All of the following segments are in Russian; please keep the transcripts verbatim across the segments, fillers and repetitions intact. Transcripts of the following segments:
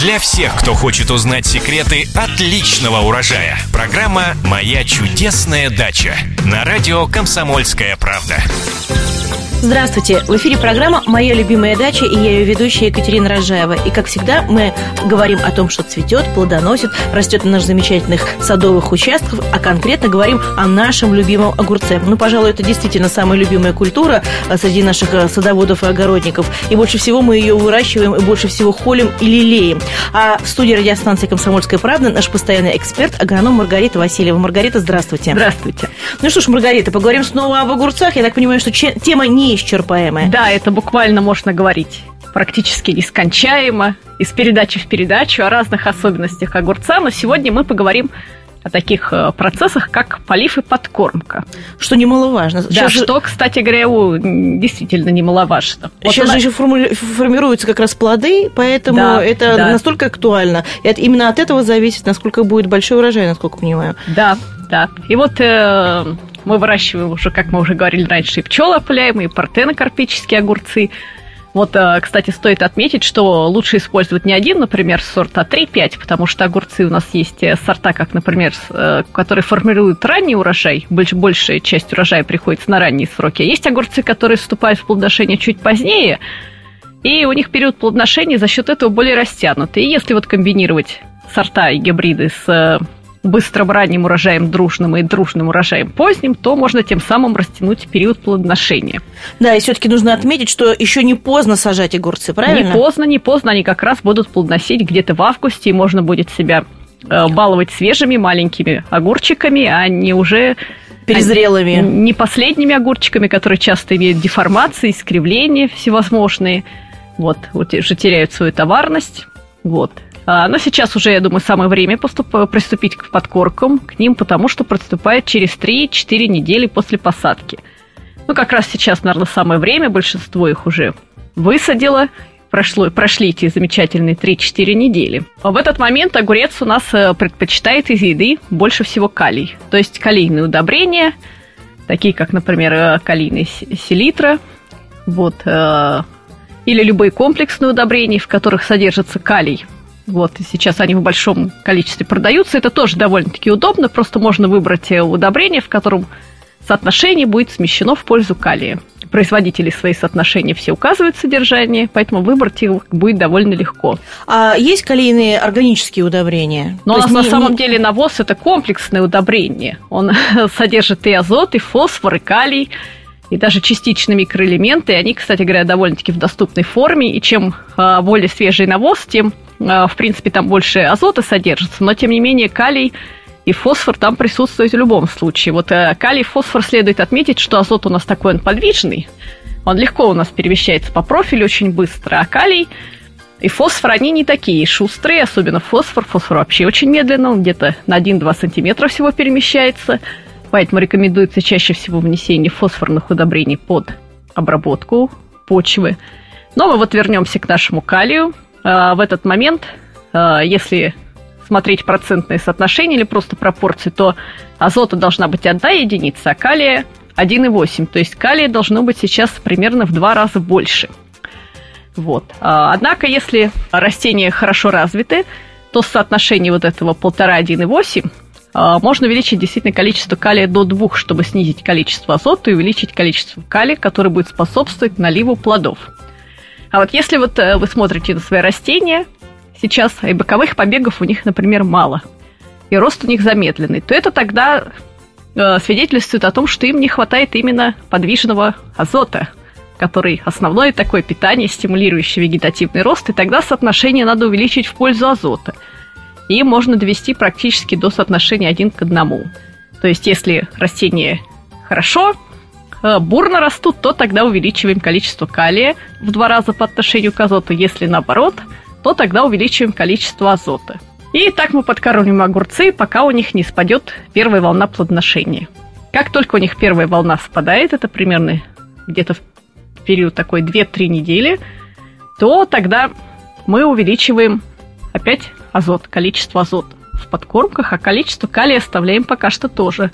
Для всех, кто хочет узнать секреты отличного урожая. Программа «Моя чудесная дача» на радио «Комсомольская правда». Здравствуйте! В эфире программа «Моя любимая дача» и я ее ведущая Екатерина Рожаева. И, как всегда, мы говорим о том, что цветет, плодоносит, растет на наших замечательных садовых участках, а конкретно говорим о нашем любимом огурце. Ну, пожалуй, это действительно самая любимая культура среди наших садоводов и огородников. И больше всего мы ее выращиваем, и больше всего холим и лелеем. А в студии радиостанции «Комсомольская правда» наш постоянный эксперт, агроном Маргарита Васильева. Маргарита, здравствуйте. Здравствуйте. Ну что ж, Маргарита, поговорим снова об огурцах. Я так понимаю, что тема не исчерпаемая. Да, это буквально можно говорить практически нескончаемо, из передачи в передачу о разных особенностях огурца, но сегодня мы поговорим о таких процессах, как полив и подкормка. Что немаловажно. Да, Сейчас что, кстати говоря, действительно немаловажно. Сейчас вот же она... еще формируются как раз плоды, поэтому да, это да. настолько актуально. И это, именно от этого зависит, насколько будет большой урожай, насколько понимаю. Да, да. И вот э, мы выращиваем уже, как мы уже говорили раньше, и пчелоопыляемые, и партенокарпические огурцы. Вот, кстати, стоит отметить, что лучше использовать не один, например, сорт, а три-пять, потому что огурцы у нас есть сорта, как, например, которые формируют ранний урожай, большая часть урожая приходится на ранние сроки, а есть огурцы, которые вступают в плодоношение чуть позднее, и у них период плодоношения за счет этого более растянутый. И если вот комбинировать сорта и гибриды с быстрым ранним урожаем дружным и дружным урожаем поздним, то можно тем самым растянуть период плодоношения. Да, и все-таки нужно отметить, что еще не поздно сажать огурцы, правильно? Не поздно, не поздно, они как раз будут плодоносить где-то в августе, и можно будет себя баловать свежими маленькими огурчиками, а не уже перезрелыми. Не последними огурчиками, которые часто имеют деформации, искривления всевозможные, вот, вот уже теряют свою товарность, вот. Но сейчас уже, я думаю, самое время поступ... приступить к подкормкам, к ним, потому что приступает через три-четыре недели после посадки. Ну, как раз сейчас, наверное, самое время, большинство их уже высадило, прошло, прошли эти замечательные три-четыре недели. А в этот момент огурец у нас предпочитает из еды больше всего калий, то есть калийные удобрения, такие как, например, калийная селитра, вот, или любые комплексные удобрения, в которых содержится калий. Вот, и сейчас они в большом количестве продаются. Это тоже довольно-таки удобно. Просто можно выбрать удобрение, в котором соотношение будет смещено в пользу калия. Производители свои соотношения все указывают содержание, поэтому выбрать их будет довольно легко. А есть калийные органические удобрения? Но у нас не, на самом не... деле навоз – это комплексное удобрение. Он содержит и азот, и фосфор, и калий, и даже частичные микроэлементы. Они, кстати говоря, довольно-таки в доступной форме. И чем более свежий навоз, тем в принципе, там больше азота содержится, но, тем не менее, калий и фосфор там присутствуют в любом случае. Вот калий и фосфор следует отметить, что азот у нас такой, он подвижный, он легко у нас перемещается по профилю очень быстро, а калий и фосфор, они не такие шустрые, особенно фосфор. Фосфор вообще очень медленно, он где-то на один-два сантиметра всего перемещается, поэтому рекомендуется чаще всего внесение фосфорных удобрений под обработку почвы. Но мы вот вернемся к нашему калию. В этот момент, если смотреть процентное соотношение или просто пропорции, то азота должна быть одна единица, а калия один и восемь. То есть калия должно быть сейчас примерно в два раза больше. Вот. Однако, если растения хорошо развиты, то соотношение вот этого полтора-один и восемь можно увеличить действительно количество калия до двух, чтобы снизить количество азота и увеличить количество калия, которое будет способствовать наливу плодов. А вот если вот вы смотрите на свои растения сейчас, и боковых побегов у них, например, мало, и рост у них замедленный, то это тогда э, свидетельствует о том, что им не хватает именно подвижного азота, который основное такое питание, стимулирующее вегетативный рост, и тогда соотношение надо увеличить в пользу азота. И можно довести практически до соотношения один к одному. То есть если растения хорошо бурно растут, то тогда увеличиваем количество калия в два раза по отношению к азоту. Если наоборот, то тогда увеличиваем количество азота. И так мы подкармливаем огурцы, пока у них не спадет первая волна плодоношения. Как только у них первая волна спадает, это примерно где-то в период такой две-три недели, то тогда мы увеличиваем опять азот, количество азота в подкормках, а количество калия оставляем пока что тоже.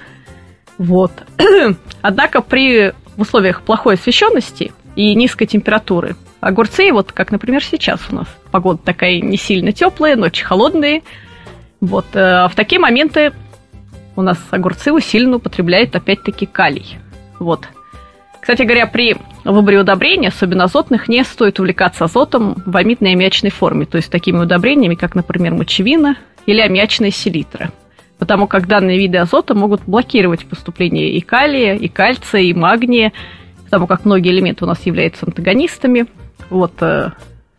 Вот. Однако при условиях плохой освещенности и низкой температуры огурцы, вот как, например, сейчас у нас погода такая не сильно теплая, ночи холодные. Вот, в такие моменты у нас огурцы усиленно употребляют опять-таки калий. Вот. Кстати говоря, при выборе удобрений, особенно азотных, не стоит увлекаться азотом в амидной и аммиачной форме, то есть такими удобрениями, как, например, мочевина или аммиачная селитра. Потому как данные виды азота могут блокировать поступление и калия, и кальция, и магния, потому как многие элементы у нас являются антагонистами. Вот, то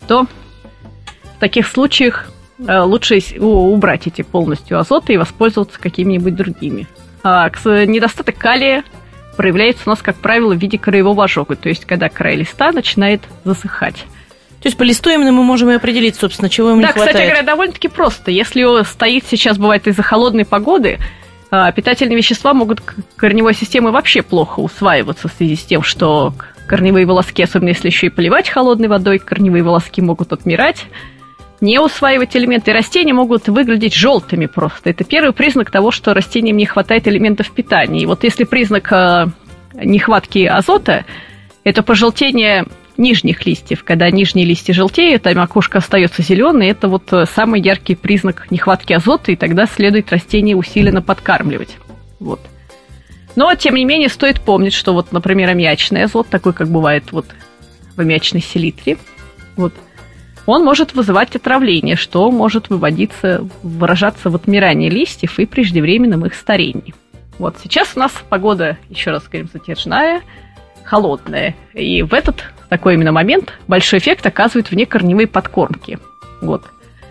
в таких случаях лучше убрать эти полностью азоты и воспользоваться какими-нибудь другими. А недостаток калия проявляется у нас, как правило, в виде краевого ожога, то есть когда край листа начинает засыхать. То есть по листу именно мы можем и определить, собственно, чего ему да, не хватает. Да, кстати говоря, довольно-таки просто. Если стоит сейчас, бывает, из-за холодной погоды, питательные вещества могут корневой системы вообще плохо усваиваться в связи с тем, что корневые волоски, особенно если еще и поливать холодной водой, корневые волоски могут отмирать, не усваивать элементы, и растения могут выглядеть желтыми просто. Это первый признак того, что растениям не хватает элементов питания. И вот если признак нехватки азота, это пожелтение нижних листьев. Когда нижние листья желтеют, а макушка остается зеленой, это вот самый яркий признак нехватки азота, и тогда следует растение усиленно подкармливать. Вот. Но, тем не менее, стоит помнить, что вот, например, аммиачный азот, такой, как бывает вот в аммиачной селитре, вот, он может вызывать отравление, что может выводиться, выражаться в отмирании листьев и преждевременном их старении. Вот сейчас у нас погода, еще раз скажем, затяжная, холодная. И в этот такой именно момент большой эффект оказывают внекорневые подкормки. Вот.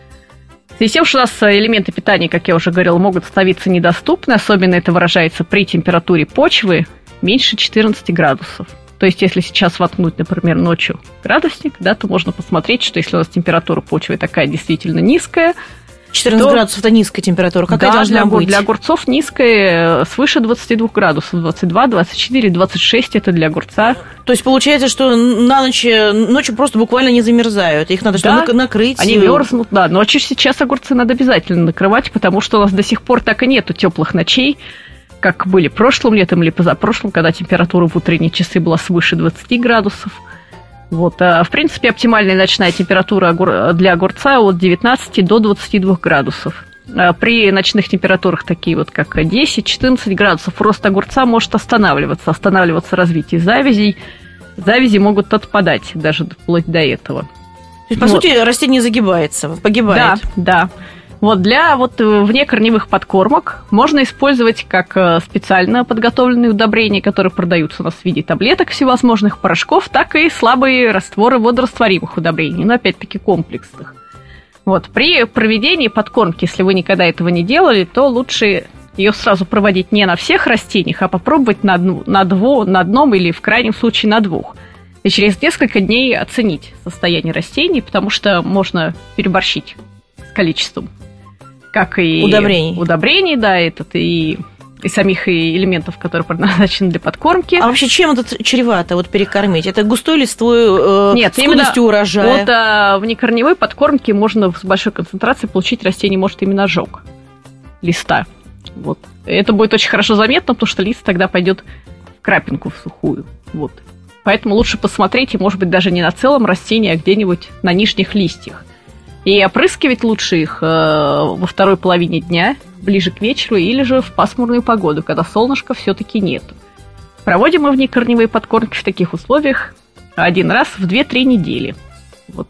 В связи с тем, что у нас элементы питания, как я уже говорила, могут становиться недоступны, особенно это выражается при температуре почвы меньше четырнадцати градусов. То есть, если сейчас воткнуть, например, ночью градусник, да, то можно посмотреть, что если у нас температура почвы такая действительно низкая, четырнадцать то... градусов – это низкая температура. Какая да, должна для, быть? Для огурцов низкая, свыше двадцати двух градусов. двадцать два, двадцать четыре, двадцать шесть – это для огурца. То есть, получается, что на ночь, ночью просто буквально не замерзают. Их надо да, что, накрыть? Они мерзнут, да. Ночью сейчас огурцы надо обязательно накрывать, потому что у нас до сих пор так и нету теплых ночей, как были прошлым летом или позапрошлым, когда температура в утренние часы была свыше двадцати градусов. Вот. А, в принципе, оптимальная ночная температура для огурца от девятнадцати до двадцати двух градусов. А при ночных температурах, такие вот как десять-четырнадцать градусов, рост огурца может останавливаться, останавливаться развитие завязей. Завязи могут отпадать даже вплоть до этого. То есть, по вот. сути, растение загибается, погибает. Да, да. Вот для вот внекорневых подкормок можно использовать как специально подготовленные удобрения, которые продаются у нас в виде таблеток всевозможных, порошков, так и слабые растворы водорастворимых удобрений, но опять-таки комплексных. Вот. При проведении подкормки, если вы никогда этого не делали, то лучше ее сразу проводить не на всех растениях, а попробовать на, на, дво, на одном или в крайнем случае на двух. И через несколько дней оценить состояние растений, потому что можно переборщить с количеством. Как и удобрений. Удобрений, да, этот, и, и самих и элементов, которые предназначены для подкормки. А вообще чем это чревато, вот перекормить? Это густой листвой, э, Нет, скудостью урожая? Вот а, в некорневой подкормке можно с большой концентрацией получить растение, может именно ожог листа. Вот. Это будет очень хорошо заметно, потому что лист тогда пойдет в крапинку, в сухую. Вот. Поэтому лучше посмотреть, и, может быть, даже не на целом растении, а где-нибудь на нижних листьях. И опрыскивать лучше их э, во второй половине дня, ближе к вечеру, или же в пасмурную погоду, когда солнышка все-таки нет. Проводим мы внекорневые подкормки в таких условиях один раз в две-три недели. Вот.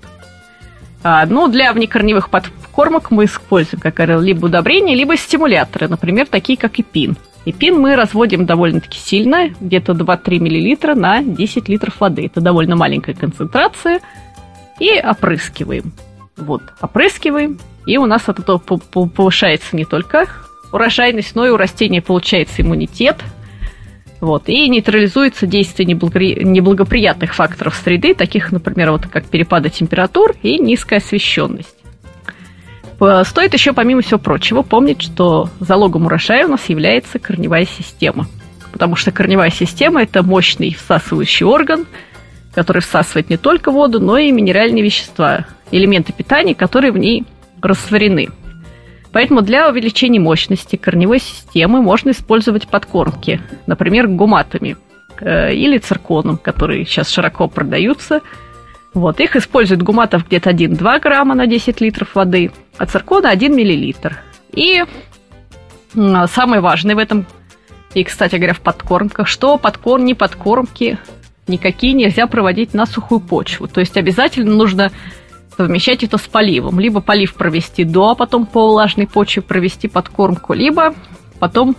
А, ну, для внекорневых подкормок мы используем, как я говорила, либо удобрения, либо стимуляторы, например, такие как эпин. Эпин мы разводим довольно-таки сильно, где-то два-три миллилитра на десять литров воды. Это довольно маленькая концентрация. И опрыскиваем. Вот, опрыскиваем, и у нас от этого повышается не только урожайность, но и у растения получается иммунитет. Вот, и нейтрализуется действие неблагоприятных факторов среды, таких, например, вот, как перепады температур и низкая освещенность. Стоит еще, помимо всего прочего, помнить, что залогом урожая у нас является корневая система. Потому что корневая система – это мощный всасывающий орган, который всасывает не только воду, но и минеральные вещества, элементы питания, которые в ней растворены. Поэтому для увеличения мощности корневой системы можно использовать подкормки, например, гуматами э, или цирконом, которые сейчас широко продаются. Вот, их использует гуматов где-то один-два грамма на десять литров воды, а циркона один миллилитр. И самое важное в этом, и, кстати говоря, в подкормках, что подкорм, не подкормки никакие нельзя проводить на сухую почву. То есть обязательно нужно совмещать это с поливом. Либо полив провести до, а потом по влажной почве провести подкормку, либо потом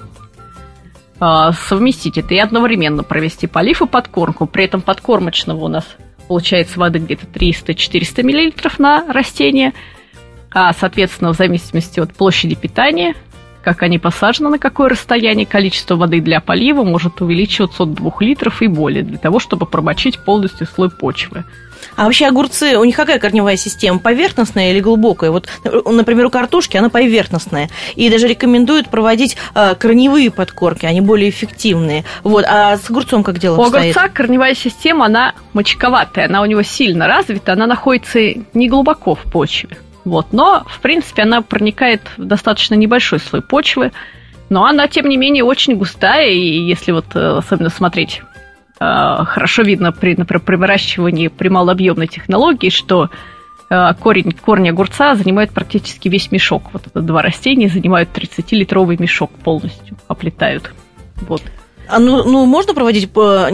э, совместить это и одновременно провести полив и подкормку. При этом подкормочного у нас получается воды где-то триста-четыреста миллилитров на растение, а, соответственно, в зависимости от площади питания, как они посажены, на какое расстояние, количество воды для полива может увеличиваться от двух литров и более, для того, чтобы промочить полностью слой почвы. А вообще огурцы, у них какая корневая система? Поверхностная или глубокая? Вот, например, у картошки она поверхностная. И даже рекомендуют проводить а, корневые подкормки, они более эффективные. Вот. А с огурцом как дело обстоит? У огурца корневая система, она мочковатая, она у него сильно развита, она находится не глубоко в почве. Вот. Но, в принципе, она проникает в достаточно небольшой слой почвы, но она, тем не менее, очень густая, и если вот особенно смотреть, хорошо видно при, например, при выращивании при малообъемной технологии, что корень, корни огурца занимают практически весь мешок. Вот это два растения занимают тридцатилитровый мешок полностью, оплетают. Вот. А ну, ну, можно проводить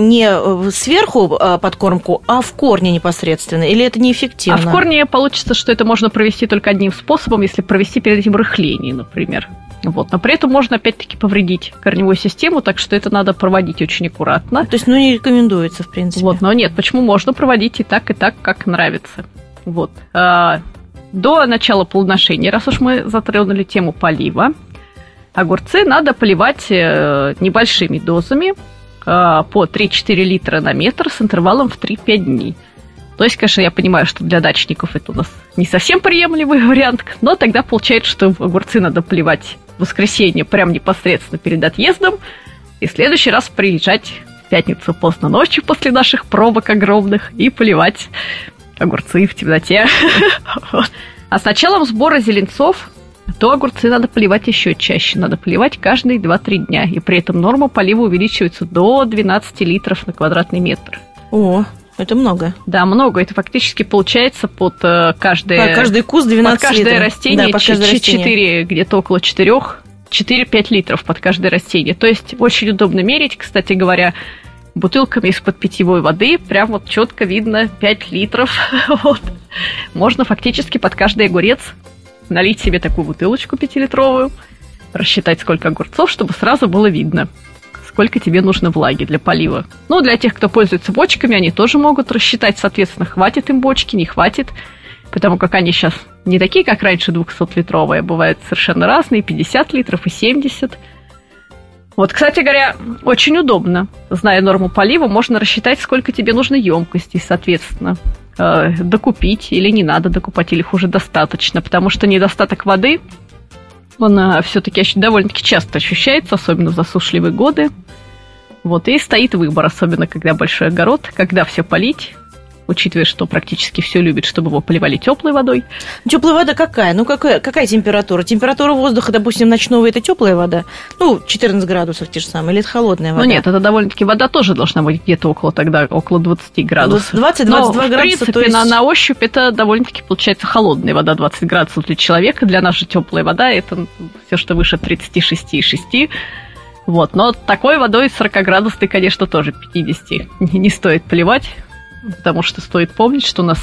не сверху подкормку, а в корне непосредственно? Или это неэффективно? А в корне получится, что это можно провести только одним способом, если провести перед этим рыхление, например. Вот. Но при этом можно, опять-таки, повредить корневую систему, так что это надо проводить очень аккуратно. То есть, ну, не рекомендуется, в принципе. Вот. Но нет, почему можно проводить и так, и так, как нравится. Вот. А, до начала плодоношения, раз уж мы затронули тему полива, огурцы надо поливать небольшими дозами по три-четыре литра на метр с интервалом в три-пять дней. То есть, конечно, я понимаю, что для дачников это у нас не совсем приемлемый вариант, но тогда получается, что огурцы надо поливать в воскресенье прямо непосредственно перед отъездом, и в следующий раз приезжать в пятницу поздно ночью после наших пробок огромных и поливать огурцы в темноте. А с началом сбора зеленцов то огурцы надо поливать еще чаще. Надо поливать каждые два-три дня. И при этом норма полива увеличивается до двенадцать литров на квадратный метр. О, это много. Да, много. Это фактически получается под каждое... Под каждый куст двенадцать под каждое литров. Растение, да, под каждое четыре, растение. Где-то около четырех, четыре-пять литров под каждое растение. То есть очень удобно мерить, кстати говоря, бутылками из-под питьевой воды. Прям вот четко видно пять литров. Вот. Можно фактически под каждый огурец налить себе такую бутылочку пятилитровую, рассчитать, сколько огурцов, чтобы сразу было видно, сколько тебе нужно влаги для полива. Ну, для тех, кто пользуется бочками, они тоже могут рассчитать, соответственно, хватит им бочки, не хватит, потому как они сейчас не такие, как раньше, двухсотлитровые, а бывают совершенно разные, пятьдесят литров и семьдесят. Вот, кстати говоря, очень удобно. Зная норму полива, можно рассчитать, сколько тебе нужно емкостей, соответственно, э, докупить или не надо докупать, или их уже достаточно, потому что недостаток воды, он э, все-таки довольно-таки часто ощущается, особенно в засушливые годы. Вот, и стоит выбор, особенно когда большой огород, когда все полить, учитывая, что практически все любят, чтобы его поливали теплой водой. Теплая вода какая? Ну, какая, какая температура? Температура воздуха, допустим, ночного, это теплая вода? Ну, четырнадцать градусов те же самые, или это холодная вода? Ну, нет, это довольно-таки вода тоже должна быть где-то около тогда, около двадцать градусов. двадцать-двадцать два Но, градуса, в принципе, то есть... на, на ощупь это довольно-таки получается холодная вода, двадцать градусов для человека. Для нас же теплая вода, это все, что выше тридцать шесть и шесть. Вот, но такой водой сорокаградусной, конечно, тоже пятьдесят не, не стоит поливать. Потому что стоит помнить, что у нас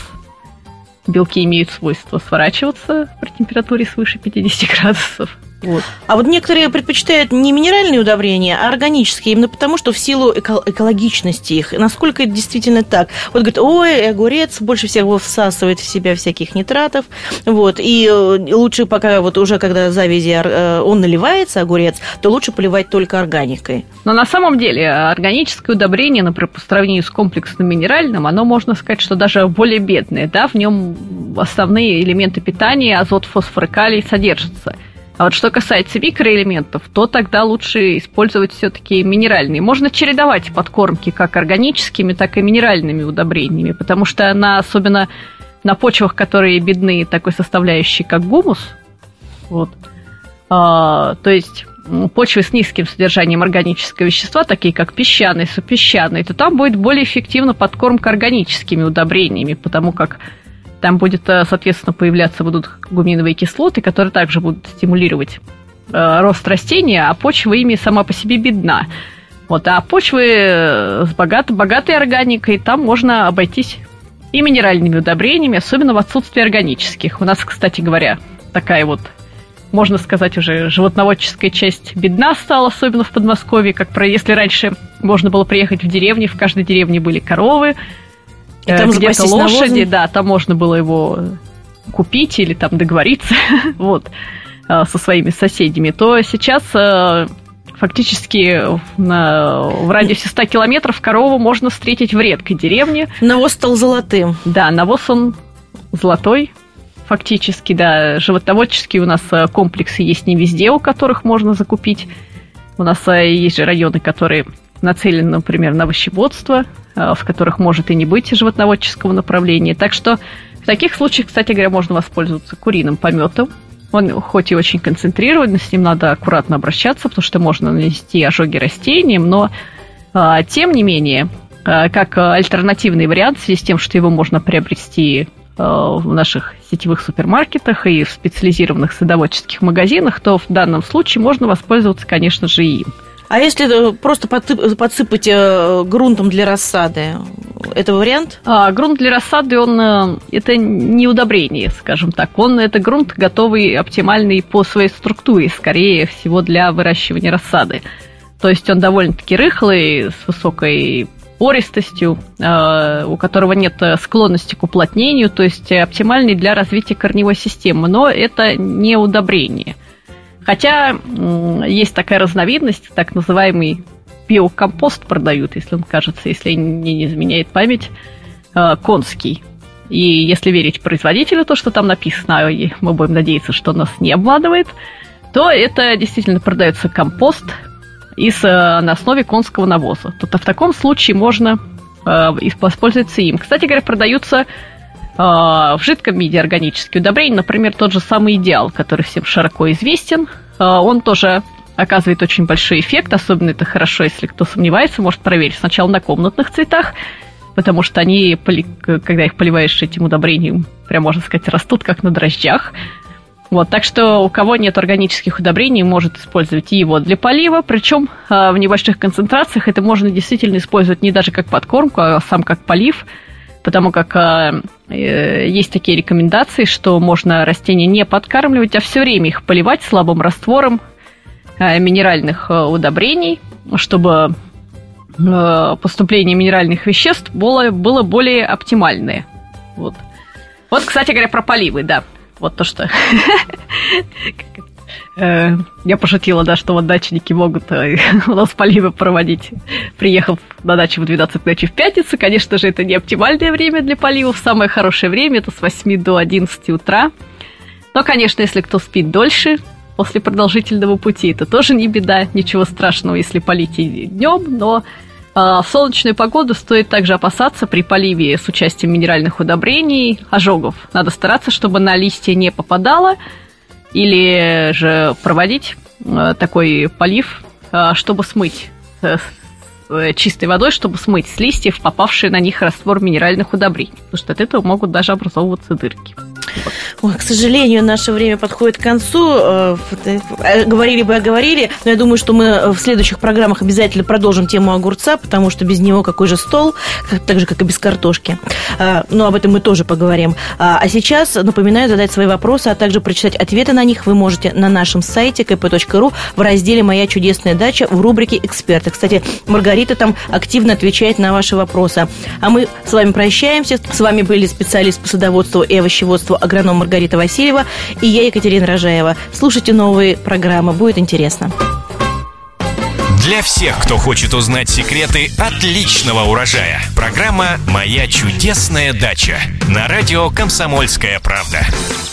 белки имеют свойство сворачиваться при температуре свыше пятьдесят градусов. Вот. А вот некоторые предпочитают не минеральные удобрения, а органические, именно потому, что в силу эко- экологичности их. Насколько это действительно так? Вот говорят, ой, огурец больше всего всасывает в себя всяких нитратов, вот, и лучше пока, вот уже когда завязи он наливается, огурец, то лучше поливать только органикой. Но на самом деле органическое удобрение, например, по сравнению с комплексным минеральным, оно, можно сказать, что даже более бедное, да, в нем основные элементы питания, азот, фосфор и калий содержатся. А вот что касается микроэлементов, то тогда лучше использовать все-таки минеральные. Можно чередовать подкормки как органическими, так и минеральными удобрениями, потому что на, особенно на почвах, которые бедны такой составляющей, как гумус, вот, а, то есть почвы с низким содержанием органического вещества, такие как песчаные, супесчаные, то там будет более эффективна подкормка органическими удобрениями, потому как там будет, соответственно, появляться будут гуминовые кислоты, которые также будут стимулировать э, рост растения, а почва ими сама по себе бедна. Вот, а почвы с богат, богатой органикой, там можно обойтись и минеральными удобрениями, особенно в отсутствии органических. У нас, кстати говоря, такая вот, можно сказать, уже животноводческая часть бедна стала, особенно в Подмосковье, как про, если раньше можно было приехать в деревню, в каждой деревне были коровы, и там где-то лошади, навозом. Да, там можно было его купить или там договориться вот, со своими соседями, то сейчас фактически на, в радиусе ста километров корову можно встретить в редкой деревне. Навоз стал золотым. Да, навоз он золотой, фактически, да. Животноводческие у нас комплексы есть не везде, у которых можно закупить. У нас есть же районы, которые нацелены, например, на овощеводство, в которых может и не быть животноводческого направления. Так что в таких случаях, кстати говоря, можно воспользоваться куриным пометом. Он хоть и очень концентрированный, с ним надо аккуратно обращаться, потому что можно нанести ожоги растениям, но тем не менее, как альтернативный вариант, в связи с тем, что его можно приобрести в наших сетевых супермаркетах и в специализированных садоводческих магазинах, то в данном случае можно воспользоваться, конечно же, и им. А если просто подсыпать грунтом для рассады, это вариант? А, грунт для рассады, он это не удобрение, скажем так. Он это грунт готовый, оптимальный по своей структуре, скорее всего, для выращивания рассады. То есть он довольно-таки рыхлый, с высокой пористостью, у которого нет склонности к уплотнению, то есть оптимальный для развития корневой системы. Но это не удобрение. Хотя есть такая разновидность, так называемый биокомпост продают, если он кажется, если мне не изменяет память, конский. И если верить производителю, то, что там написано, и мы будем надеяться, что нас не обманывает, то это действительно продается компост из, на основе конского навоза. То в таком случае можно воспользоваться им. Кстати говоря, продаются в жидком виде органические удобрения, например, тот же самый «Идеал», который всем широко известен, он тоже оказывает очень большой эффект, особенно это хорошо, если кто сомневается, может проверить сначала на комнатных цветах, потому что они, когда их поливаешь этим удобрением, прям, можно сказать, растут как на дрожжах. Вот, так что у кого нет органических удобрений, может использовать и его для полива, причем в небольших концентрациях это можно действительно использовать не даже как подкормку, а сам как полив, потому как э, есть такие рекомендации, что можно растения не подкармливать, а все время их поливать слабым раствором э, минеральных э, удобрений, чтобы э, поступление минеральных веществ было, было более оптимальное. Вот. Вот, кстати говоря, про поливы, да. Вот то, что... Я пошутила, да, что вот дачники могут у нас поливы проводить, приехав на дачу в двенадцать ночи в пятницу. Конечно же, это не оптимальное время для поливов. Самое хорошее время – это с восьми до одиннадцати утра. Но, конечно, если кто спит дольше после продолжительного пути, это тоже не беда, ничего страшного, если полить и днем. Но в солнечную погоду стоит также опасаться при поливе с участием минеральных удобрений ожогов. Надо стараться, чтобы на листья не попадало, или же проводить такой полив, чтобы смыть чистой водой, чтобы смыть с листьев попавший на них раствор минеральных удобрений, потому что от этого могут даже образовываться дырки. Ой, к сожалению, наше время подходит к концу. Говорили бы, оговорили, но я думаю, что мы в следующих программах обязательно продолжим тему огурца, потому что без него какой же стол, так же, как и без картошки. Но об этом мы тоже поговорим. А сейчас напоминаю задать свои вопросы, а также прочитать ответы на них вы можете на нашем сайте ка пэ точка ру в разделе «Моя чудесная дача» в рубрике «Эксперты». Кстати, Маргарита там активно отвечает на ваши вопросы. А мы с вами прощаемся. С вами были специалист по садоводству и овощеводству агроном Маргарита Васильева и я, Екатерина Рожаева. Слушайте новые программы, будет интересно. Для всех, кто хочет узнать секреты отличного урожая. Программа «Моя чудесная дача» на радио «Комсомольская правда».